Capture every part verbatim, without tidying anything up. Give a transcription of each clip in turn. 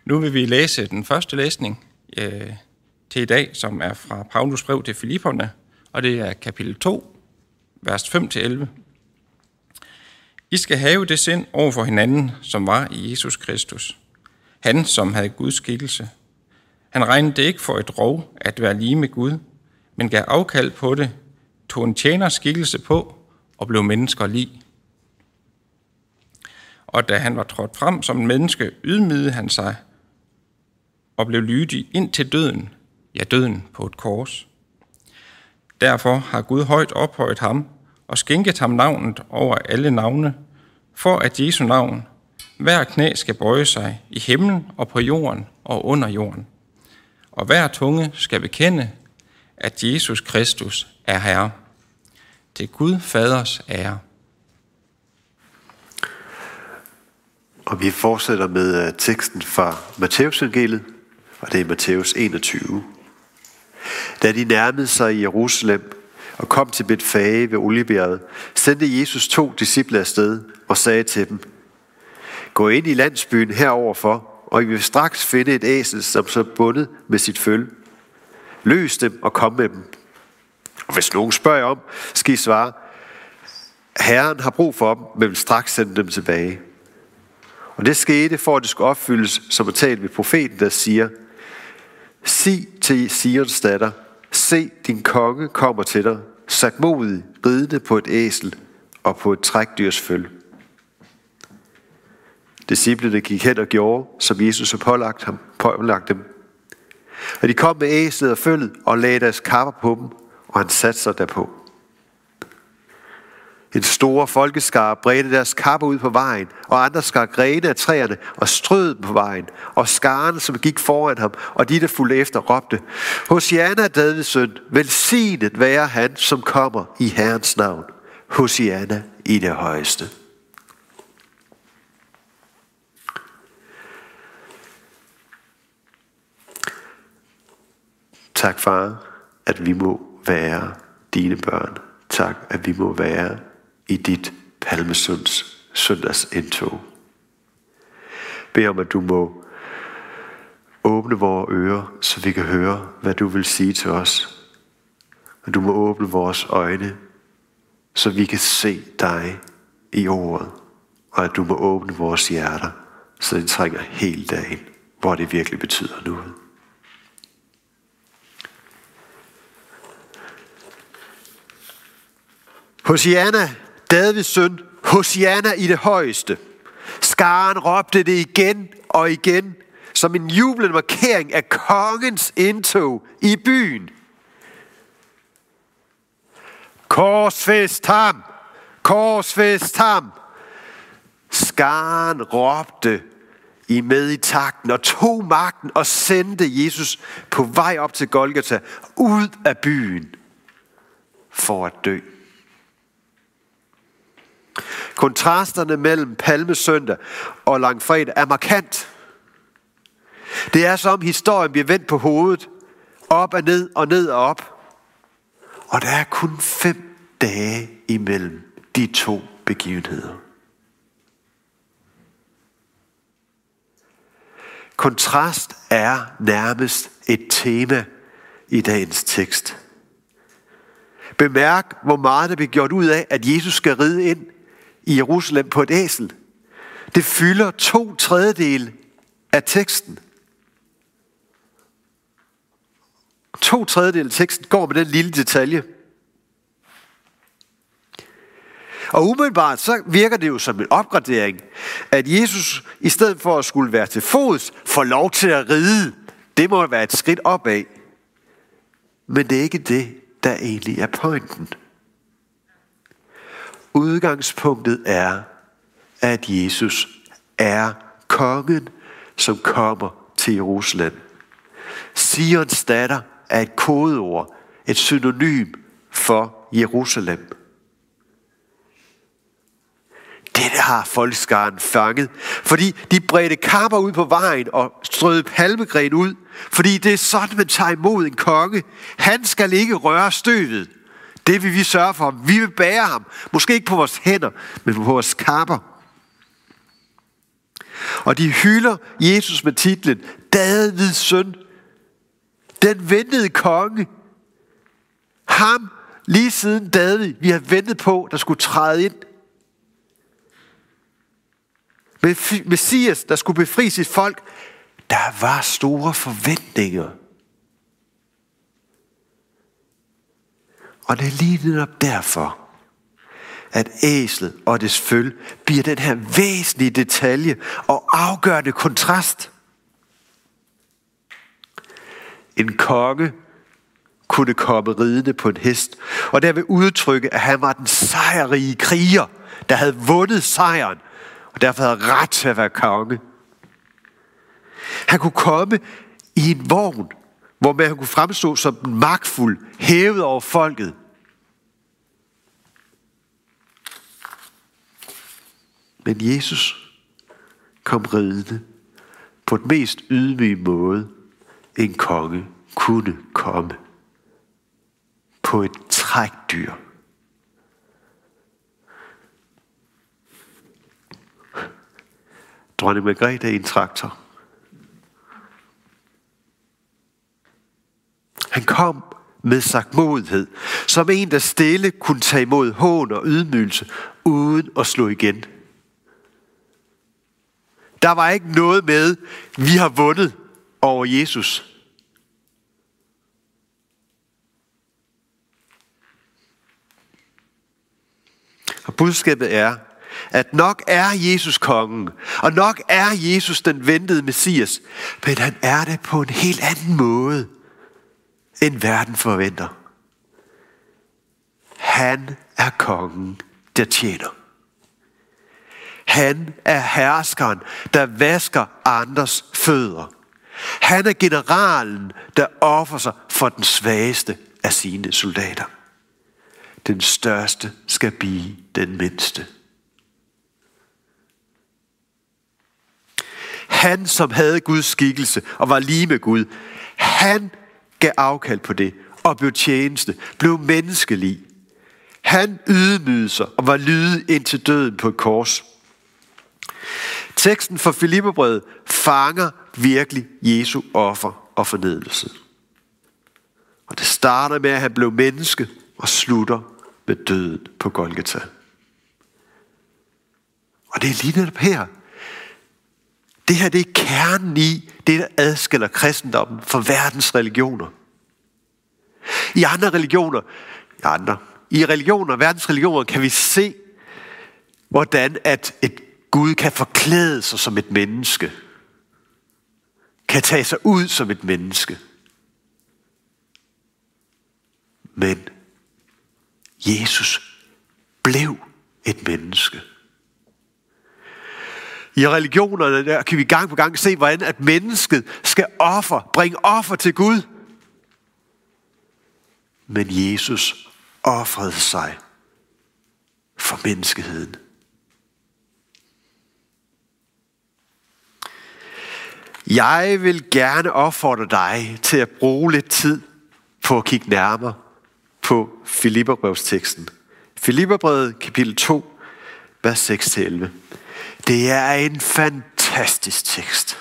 Nu vil vi læse den første læsning øh, til i dag, som er fra Paulus brev til Filipperne, og det er kapitel to, vers fem til elleve. I skal have det sind over for hinanden, som var i Jesus Kristus. Han, som havde Guds skikkelse. Han regnede det ikke for et rov at være lige med Gud, men gav afkald på det, tog en tjeners skikkelse på og blev mennesker lig. Og da han var trådt frem som en menneske, ydmygede han sig og blev lydig ind til døden, ja døden på et kors. Derfor har Gud højt ophøjet ham og skænket ham navnet over alle navne, for at Jesu navn hver knæ skal bøje sig i himlen og på jorden og under jorden. Og hver tunge skal bekende, at Jesus Kristus er Herre. Til Gud Faders ære. Og vi fortsætter med teksten fra Matthæusevangeliet, og det er Matthæus enogtyve. Da de nærmede sig i Jerusalem og kom til Betfage ved Oliebjerget, sendte Jesus to disciple afsted og sagde til dem: Gå ind i landsbyen heroverfor, og I vil straks finde et æsel, som så bundet med sit føl. Løs dem og kom med dem. Og hvis nogen spørger om, skal I svare: Herren har brug for dem, men vil straks sende dem tilbage. Og det skete, for at det skulle opfyldes, som er talt ved profeten, der siger: Sig til Sions datter, se, din konge kommer til dig, sagtmodig, ridende på et æsel og på et trækdyrs føl. Disciplene gik hen og gjorde, som Jesus havde pålagt, ham, pålagt dem. Og de kom med æslet og følget og lagde deres kapper på dem, og han satte sig derpå. En stor folkeskare bredte deres kapper ud på vejen, og andre skar grene af træerne og strød dem på vejen. Og skaren, som gik foran ham, og de, der fulgte efter, råbte: Hosianna, Davids søn, velsignet være han, som kommer i Herrens navn. Hosianna i det højeste. Tak, far, at vi må være dine børn. Tak, at vi må være i dit palmesunds søndags indtog. Bed om, at du må åbne vores ører, så vi kan høre, hvad du vil sige til os. At du må åbne vores øjne, så vi kan se dig i ordet. Og at du må åbne vores hjerter, så det trænger helt derind, hvor det virkelig betyder noget. Hosianna, Davids søn, Hosianna i det højeste. Skaren råbte det igen og igen, som en jublende markering af kongens indtog i byen. Korsfæst ham! Korsfæst ham! Skaren råbte i med i takten og tog magten og sendte Jesus på vej op til Golgata, ud af byen, for at dø. Kontrasterne mellem palmesøndag og langfredag er markant. Det er som historien bliver vendt på hovedet, op og ned og ned og op. Og der er kun fem dage imellem de to begivenheder. Kontrast er nærmest et tema i dagens tekst. Bemærk, hvor meget der bliver gjort ud af, at Jesus skal ride ind i Jerusalem på et æsel. Det fylder to tredjedele af teksten. To tredjedele af teksten går med den lille detalje. Og umiddelbart så virker det jo som en opgradering, at Jesus i stedet for at skulle være til fods, får lov til at ride. Det må være et skridt opad. Men det er ikke det, der egentlig er pointen. Udgangspunktet er, at Jesus er kongen, som kommer til Jerusalem. Sions datter er et kodeord, et synonym for Jerusalem. Det har folkeskaren fanget, fordi de bredte kapper ud på vejen og strøede palmegren ud, fordi det er sådan, man tager imod en konge. Han skal ikke røre støvet. Det vil vi sørge for. Vi vil bære ham. Måske ikke på vores hænder, men på vores kapper. Og de hylder Jesus med titlen Davids søn. Den ventede konge. Ham, lige siden David, vi har ventet på, der skulle træde ind. Messias, der skulle befri sit folk. Der var store forventninger. Og det er lige netop derfor, at æslet og dets føl bliver den her væsentlige detalje og afgørende kontrast. En konge kunne komme ridende på en hest, og derved udtrykke, at han var den sejrrige kriger, der havde vundet sejren, og derfor havde ret til at være konge. Han kunne komme i en vogn, hvor man kunne fremstå som den magtfuld, hævet over folket. Men Jesus kom ridende på den mest ydmyge måde, en konge kunne komme. På et trækdyr. Dronning Margrethe er en traktor. Han kom med sagtmodighed, som en, der stille kunne tage imod hån og ydmygelse, uden at slå igen. Der var ikke noget med, vi har vundet over Jesus. Og budskabet er, at nok er Jesus kongen, og nok er Jesus den ventede Messias, men han er det på en helt anden måde, end verden forventer. Han er kongen, der tjener. Han er herskeren, der vasker andres fødder. Han er generalen, der offer sig for den svageste af sine soldater. Den største skal blive den mindste. Han, som havde Guds skikkelse og var lige med Gud, han gav afkald på det og blev tjeneste, blev menneskelig. Han ydmygede sig og var lydig indtil døden på et kors. Teksten for Filipperbrevet fanger virkelig Jesu offer og fornedrelse. Og det starter med, at han blev menneske og slutter med døden på Golgata. Og det er lige netop her. Det her, det er kernen i det, der adskiller kristendommen fra verdens religioner. I andre religioner, i andre, i religioner, verdens religioner, kan vi se, hvordan at et Gud kan forklæde sig som et menneske. Kan tage sig ud som et menneske. Men Jesus blev et menneske. I religionerne der kan vi gang på gang se, hvordan at mennesket skal offer, bringe offer til Gud. Men Jesus ofrede sig for menneskeheden. Jeg vil gerne opfordre dig til at bruge lidt tid på at kigge nærmere på Filipperbrevsteksten. Filipperbrevet kapitel to, vers seks til elleve. Det er en fantastisk tekst.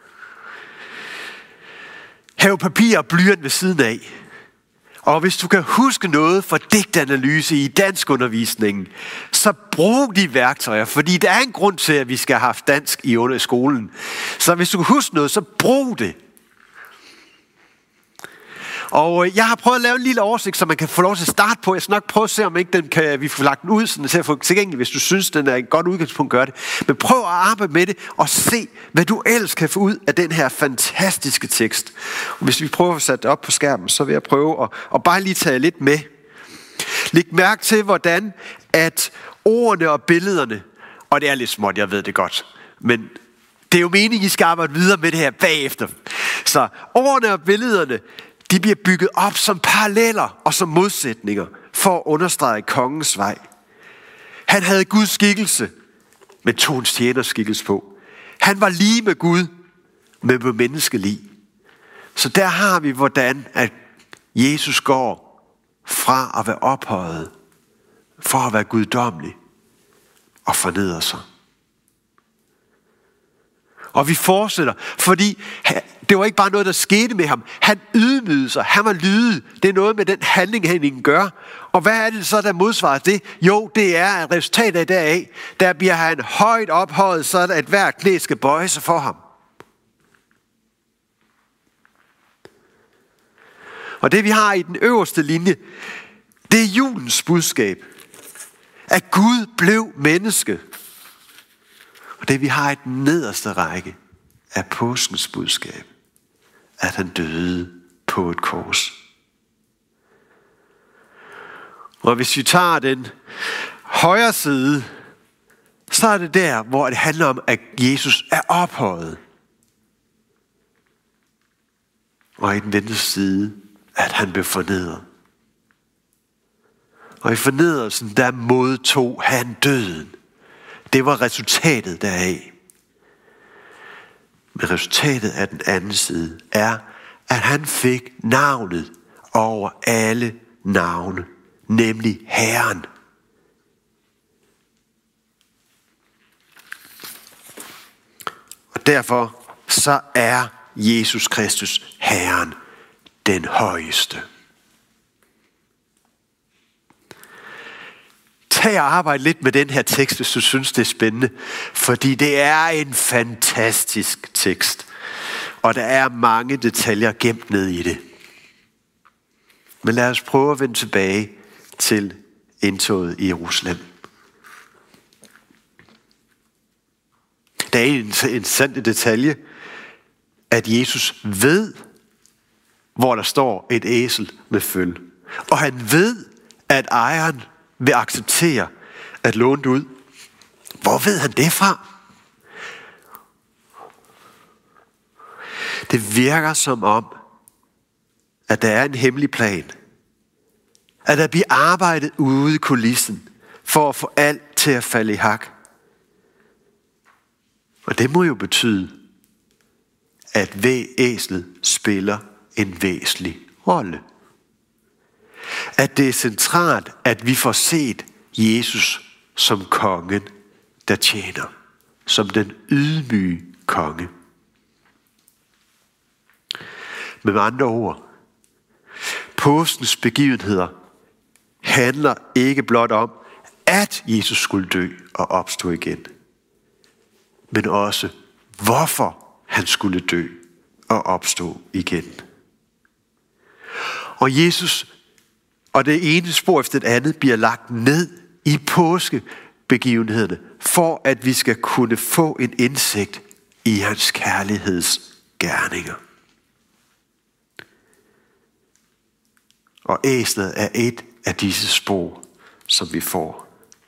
Hav papir og blyant ved siden af. Og hvis du kan huske noget fra digtanalyse i danskundervisningen, så brug de værktøjer, fordi der er en grund til, at vi skal have haft dansk i under skolen. Så hvis du kan huske noget, så brug det. Og jeg har prøvet at lave en lille oversigt, så man kan få lov til at starte på. Jeg skal nok prøve at se, om ikke den kan, vi får lagt den ud, så den ser tilgængelig. Hvis du synes, den er et godt udgangspunkt, gør det. Men prøv at arbejde med det og se, hvad du ellers kan få ud af den her fantastiske tekst. Og hvis vi prøver at sætte det op på skærmen, så vil jeg prøve at, at bare lige tage lidt med. Læg mærke til, hvordan at ordene og billederne, og det er lidt småt, jeg ved det godt, men det er jo meningen, I skal arbejde videre med det her bagefter. Så ordene og billederne, de bliver bygget op som paralleller og som modsætninger for at understrege kongens vej. Han havde Guds skikkelse, men tog en tjeners skikkelse på. Han var lige med Gud, men med menneskelig. Så der har vi, hvordan at Jesus går fra at være ophøjet, fra at være guddommelig og fornedrer sig. Og vi fortsætter, fordi det var ikke bare noget, der skete med ham. Han ydmygede sig. Han var lydig. Det er noget med den handling, han gør. Og hvad er det så, der modsvarer det? Jo, det er at resultatet af deraf. Der bliver han højt ophøjet, så at hver knæ skal bøje sig for ham. Og det vi har i den øverste linje, det er julens budskab. At Gud blev menneske. Og det vi har i den nederste række, er påskens budskab. At han døde på et kors. Og hvis vi tager den højre side, så er det der, hvor det handler om, at Jesus er ophøjet. Og i den venstre side, at han blev fornedret. Og i fornedrelsen, der modtog han døden. Det var resultatet deraf. Men resultatet af den anden side er, at han fik navnet over alle navne, nemlig Herren. Og derfor så er Jesus Kristus Herren, den højeste. Tag og arbejde lidt med den her tekst, hvis du synes, det er spændende. Fordi det er en fantastisk tekst. Og der er mange detaljer gemt ned i det. Men lad os prøve at vende tilbage til indtoget i Jerusalem. Der er en interessant detalje, at Jesus ved, hvor der står et æsel med føl. Og han ved, at ejeren vil acceptere at låne det ud. Hvor ved han det fra? Det virker som om, at der er en hemmelig plan. At der bliver arbejdet ude i kulissen, for at få alt til at falde i hak. Og det må jo betyde, at hver æsel spiller en væsentlig rolle. At det er centralt, at vi får set Jesus som kongen, der tjener. Som den ydmyge konge. Med andre ord, påskens begivenheder handler ikke blot om, at Jesus skulle dø og opstå igen. Men også, hvorfor han skulle dø og opstå igen. Og Jesus og det ene spor efter det andet bliver lagt ned i påskebegivenhederne, for at vi skal kunne få en indsigt i hans kærlighedsgerninger. Og æslet er et af disse spor, som vi får.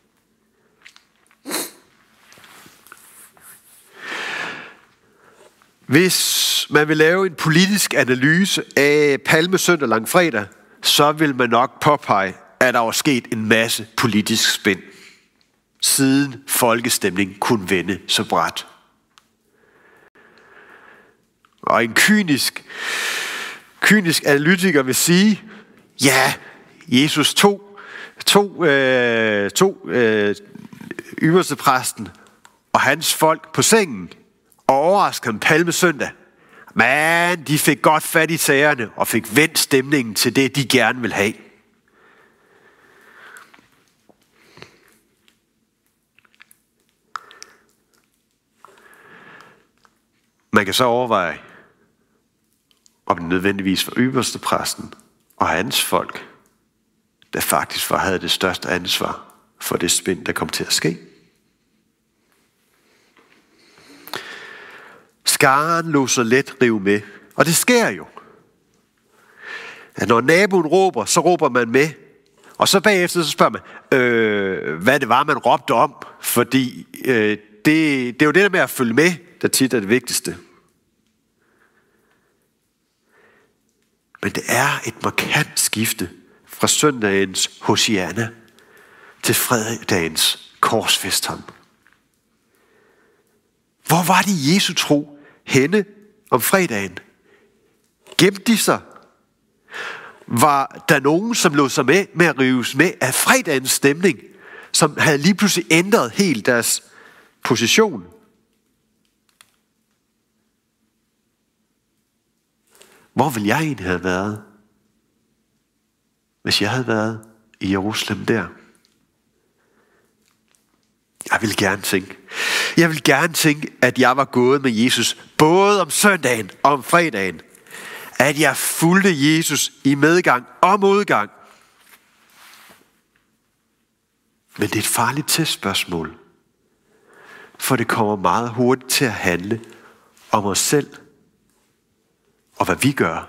Hvis man vil lave en politisk analyse af Palmesøndag langfredag, så vil man nok påpege, at der var sket en masse politisk spænd, siden folkestemningen kunne vende så brat. Og en kynisk, kynisk analytiker vil sige, ja, Jesus tog, tog, øh, tog øh, ypperstepræsten og hans folk på sengen og overraskede ham Palmesøndag. Men de fik godt fat i sagerne og fik vendt stemningen til det, de gerne vil have. Man kan så overveje, om det nødvendigvis var ypperstepræsten og hans folk, der faktisk var, havde det største ansvar for det spænd, der kom til at ske. Skaren lå så let rive med, og det sker jo. At når naboen råber, så råber man med, og så bagefter så spørger man, øh, hvad det var, man råbte om, fordi øh, det, det er jo det der med at følge med, der tit er det vigtigste. Men det er et markant skifte fra søndagens Hosianna til fredagens korsfæst ham. Hvor var de Jesu tro henne om fredagen? Gemte de sig? Var der nogen, som lå sig med med at rives med af fredagens stemning, som havde lige pludselig ændret helt deres position? Hvor ville jeg egentlig have været, hvis jeg havde været i Jerusalem der? Jeg vil gerne tænke, jeg vil gerne tænke, at jeg var gået med Jesus, både om søndagen og om fredagen. At jeg fulgte Jesus i medgang og modgang. Men det er et farligt testspørgsmål. For det kommer meget hurtigt til at handle om os selv. Og hvad vi gør.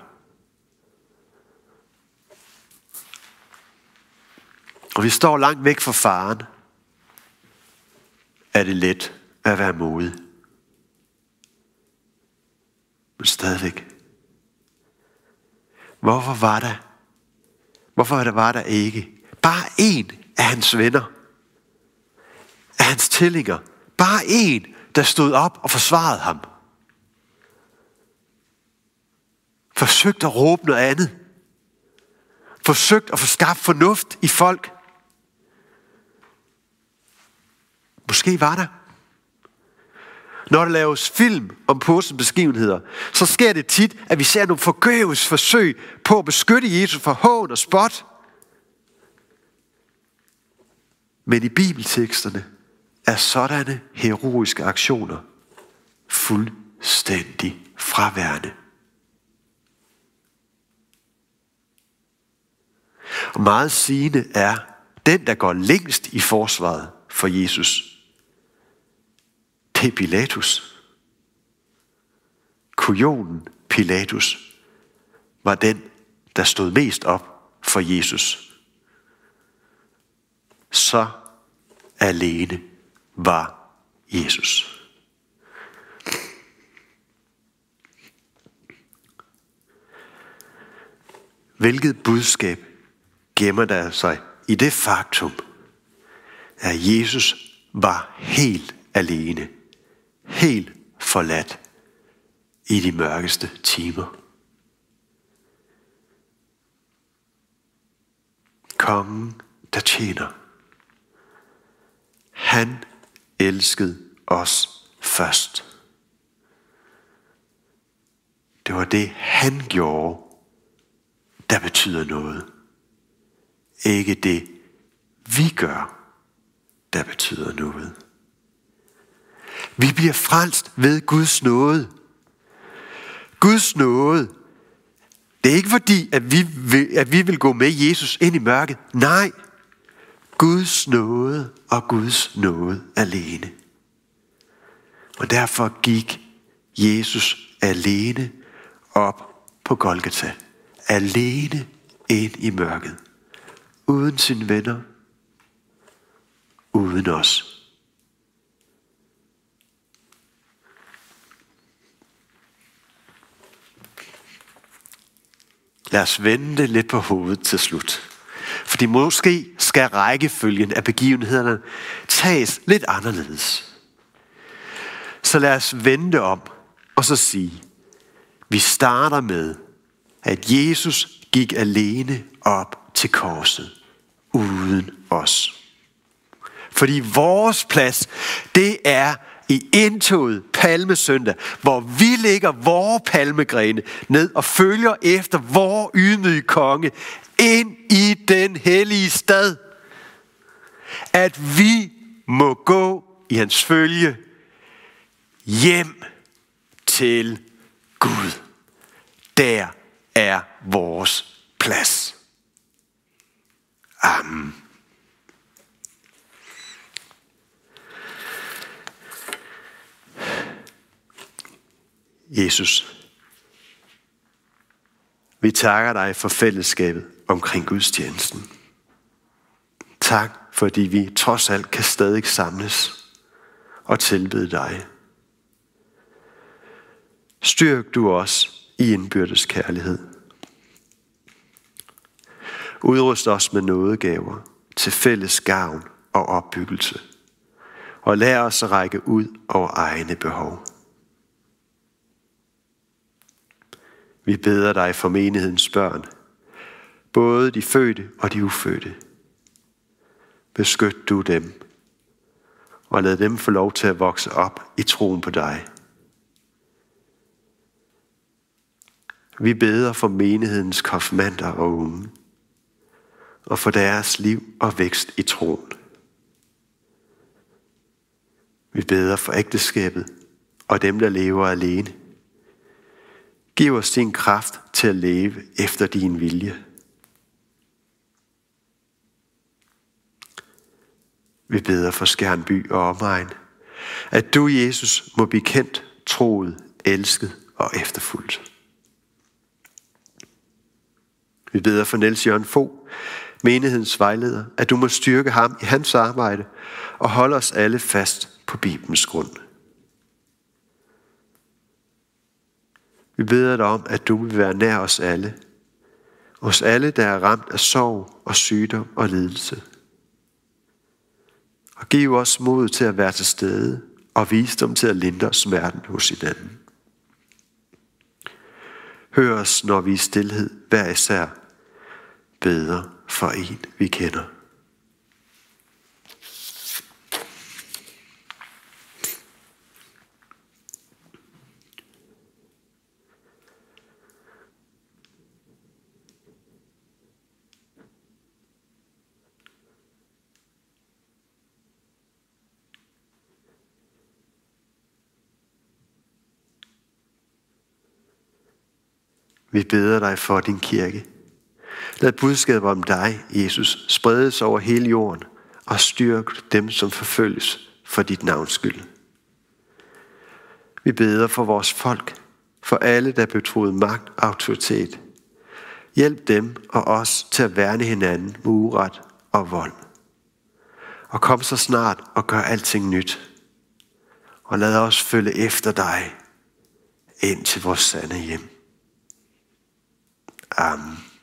Og vi står langt væk fra faren. Er det let at være modig. Men stadigvæk. Hvorfor var der? Hvorfor var der ikke bare en af hans venner? Af hans tilhængere? Bare en, der stod op og forsvarede ham. Forsøgte at råbe noget andet. Forsøgte at få skabt fornuft i folk. Måske var der. Når der laves film om påskens begivenheder, så sker det tit, at vi ser nogle forgæves forsøg på at beskytte Jesus fra hån og spot. Men i bibelteksterne er sådanne heroiske aktioner fuldstændig fraværende. Og meget sigende er, den der går længst i forsvaret for Jesus, det er Pilatus. Kujonen Pilatus var den, der stod mest op for Jesus. Så alene var Jesus. Hvilket budskab gemmer der sig i det faktum, at Jesus var helt alene, helt forladt i de mørkeste timer. Kongen, der tjener. Han elskede os først. Det var det, han gjorde, der betyder noget. Ikke det, vi gør, der betyder noget. Vi bliver frelst ved Guds nåde. Guds nåde. Det er ikke fordi, at vi vil, at vi vil gå med Jesus ind i mørket. Nej. Guds nåde og Guds nåde alene. Og derfor gik Jesus alene op på Golgata. Alene ind i mørket. Uden sine venner. Uden os. Lad os vende det lidt på hovedet til slut. Fordi måske skal rækkefølgen af begivenhederne tages lidt anderledes. Så lad os vende det om og så sige, vi starter med, at Jesus gik alene op til korset uden os. Fordi vores plads, det er i indtoget palmesøndag, hvor vi lægger vores palmegrene ned og følger efter vor ydmyge konge ind i den hellige stad. At vi må gå i hans følge hjem til Gud. Der er vores plads. Amen. Jesus, vi takker dig for fællesskabet omkring gudstjenesten. Tak, fordi vi trods alt kan stadig samles og tilbede dig. Styrk du os i indbyrdes kærlighed. Udrust os med nådegaver til fælles gavn og opbyggelse. Og lær os at række ud over egne behov. Vi beder dig for menighedens børn, både de fødte og de ufødte. Beskyt du dem, og lad dem få lov til at vokse op i troen på dig. Vi beder for menighedens konfirmander og unge, og for deres liv og vækst i troen. Vi beder for ægteskabet og dem, der lever alene. Giv os din kraft til at leve efter din vilje. Vi beder for Skjernby og omegn, at du, Jesus, må blive kendt, troet, elsket og efterfulgt. Vi beder for Niels Jørgen Fogh, menighedens vejleder, at du må styrke ham i hans arbejde og holde os alle fast på Bibelens grund. Vi beder dig om, at du vil være nær os alle, os alle, der er ramt af sorg og sygdom og lidelse. Og giv os mod til at være til stede og visdom til at lindre smerten hos hinanden. Hør os, når vi i stilhed hver især beder for en, vi kender. Vi beder dig for din kirke. Lad budskabet om dig, Jesus, spredes over hele jorden og styrk dem, som forfølges for dit navns skyld. Vi beder for vores folk, for alle, der er betroet magt og autoritet. Hjælp dem og os til at værne hinanden mod uret og vold. Og kom så snart og gør alting nyt. Og lad os følge efter dig ind til vores sande hjem. Amen.